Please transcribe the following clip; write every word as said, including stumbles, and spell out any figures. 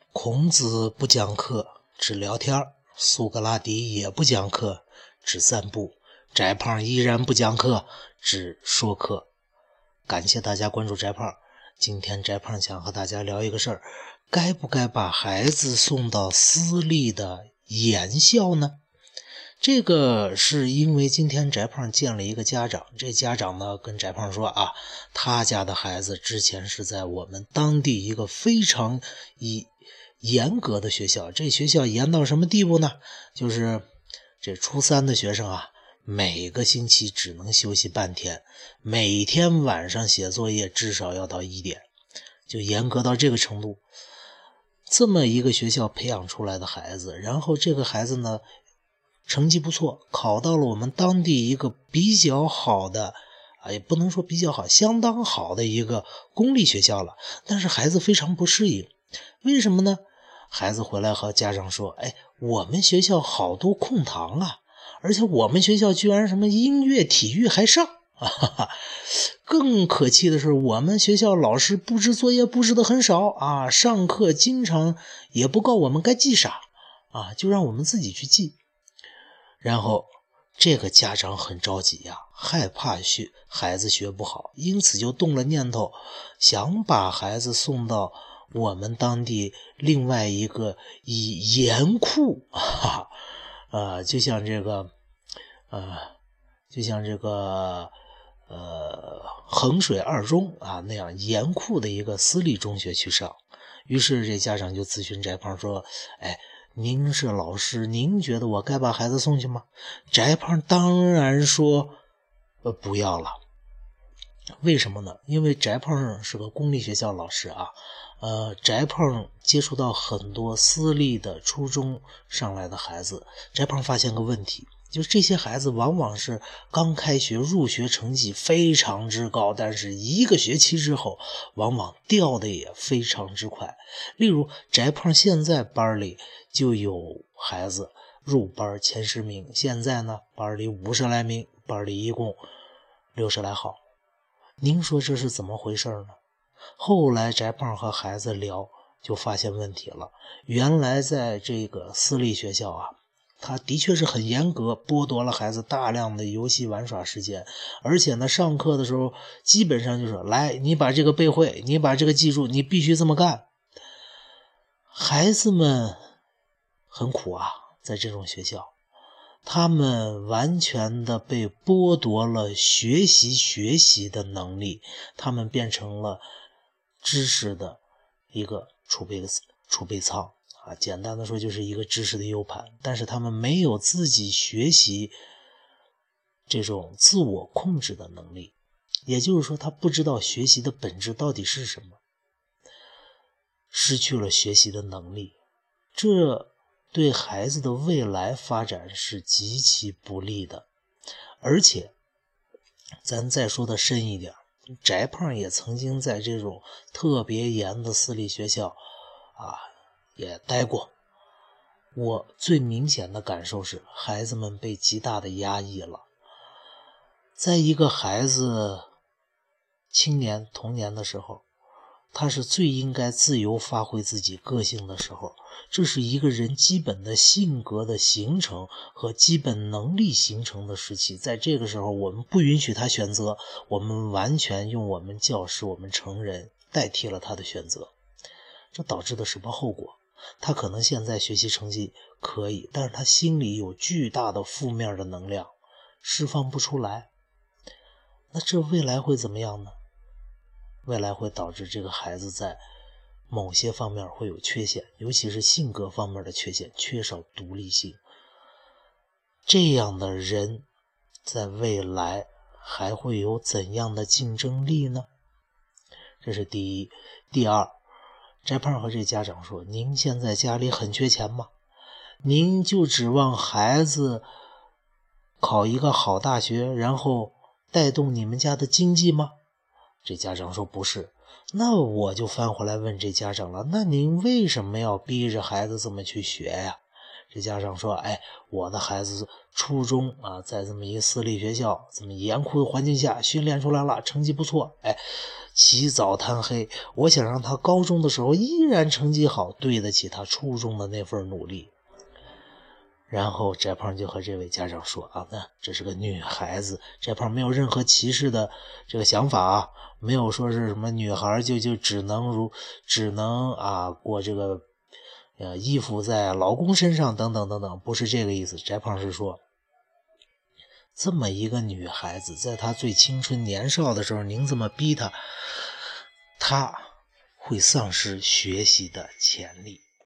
孔子不讲课，只聊天；苏格拉底也不讲课，只散步；翟胖依然不讲课，只说课。感谢大家关注翟胖。今天翟胖想和大家聊一个事儿，该不该把孩子送到私立的研校呢？这个是因为今天翟胖见了一个家长，这家长呢跟翟胖说啊，他家的孩子之前是在我们当地一个非常以严格的学校，这学校严到什么地步呢？就是这初三的学生啊，每个星期只能休息半天，每天晚上写作业至少要到一点，就严格到这个程度。这么一个学校培养出来的孩子，然后这个孩子呢成绩不错，考到了我们当地一个比较好的啊，也不能说比较好，相当好的一个公立学校了。但是孩子非常不适应，为什么呢？孩子回来和家长说，哎，我们学校好多空堂啊，而且我们学校居然什么音乐体育还上啊！更可气的是，我们学校老师布置作业布置的很少啊，上课经常也不告我们该记啥啊，就让我们自己去记。然后这个家长很着急呀、啊，害怕学孩子学不好，因此就动了念头，想把孩子送到我们当地另外一个以严酷啊，呃，就像这个呃，就像这个呃衡水二中啊那样严酷的一个私立中学去上。于是这家长就咨询翟胖说，哎，您是老师，您觉得我该把孩子送去吗？翟胖当然说呃不要了。为什么呢？因为翟胖是个公立学校老师啊，呃，翟胖接触到很多私立的初中上来的孩子，翟胖发现个问题，就是这些孩子往往是刚开学入学成绩非常之高，但是一个学期之后往往掉的也非常之快。例如翟胖现在班里就有孩子入班前十名，现在呢班里五十来名，班里一共六十来号。您说这是怎么回事呢？后来翟胖和孩子聊，就发现问题了。原来在这个私立学校啊，他的确是很严格，剥夺了孩子大量的游戏玩耍时间，而且呢上课的时候基本上就是来，你把这个背会，你把这个记住，你必须这么干。孩子们很苦啊，在这种学校他们完全的被剥夺了学习学习的能力，他们变成了知识的一个储备储备仓啊，简单的说就是一个知识的 U 盘，但是他们没有自己学习这种自我控制的能力，也就是说他不知道学习的本质到底是什么，失去了学习的能力，这对孩子的未来发展是极其不利的。而且咱再说的深一点，翟胖也曾经在这种特别严的私立学校啊也待过。我最明显的感受是，孩子们被极大的压抑了。在一个孩子青年童年的时候，他是最应该自由发挥自己个性的时候，这是一个人基本的性格的形成和基本能力形成的时期。在这个时候我们不允许他选择，我们完全用我们教师我们成人代替了他的选择。这导致的什么后果？他可能现在学习成绩可以，但是他心里有巨大的负面的能量释放不出来。那这未来会怎么样呢？未来会导致这个孩子在某些方面会有缺陷，尤其是性格方面的缺陷，缺少独立性。这样的人在未来还会有怎样的竞争力呢？这是第一。第二，翟胖和这家长说，您现在家里很缺钱吗？您就指望孩子考一个好大学，然后带动你们家的经济吗？这家长说不是。那我就翻回来问这家长了，那您为什么要逼着孩子这么去学呀？ 这家长说，哎，我的孩子初中啊，在这么一个私立学校，这么严酷的环境下训练出来了，成绩不错，哎，起早贪黑，我想让他高中的时候依然成绩好，对得起他初中的那份努力。然后翟胖就和这位家长说啊，那这是个女孩子，翟胖没有任何歧视的这个想法啊，没有说是什么女孩就就只能如只能啊过这个呃依附在老公身上等等等等，不是这个意思。翟胖是说，这么一个女孩子，在她最青春年少的时候，您这么逼她，她会丧失学习的潜力。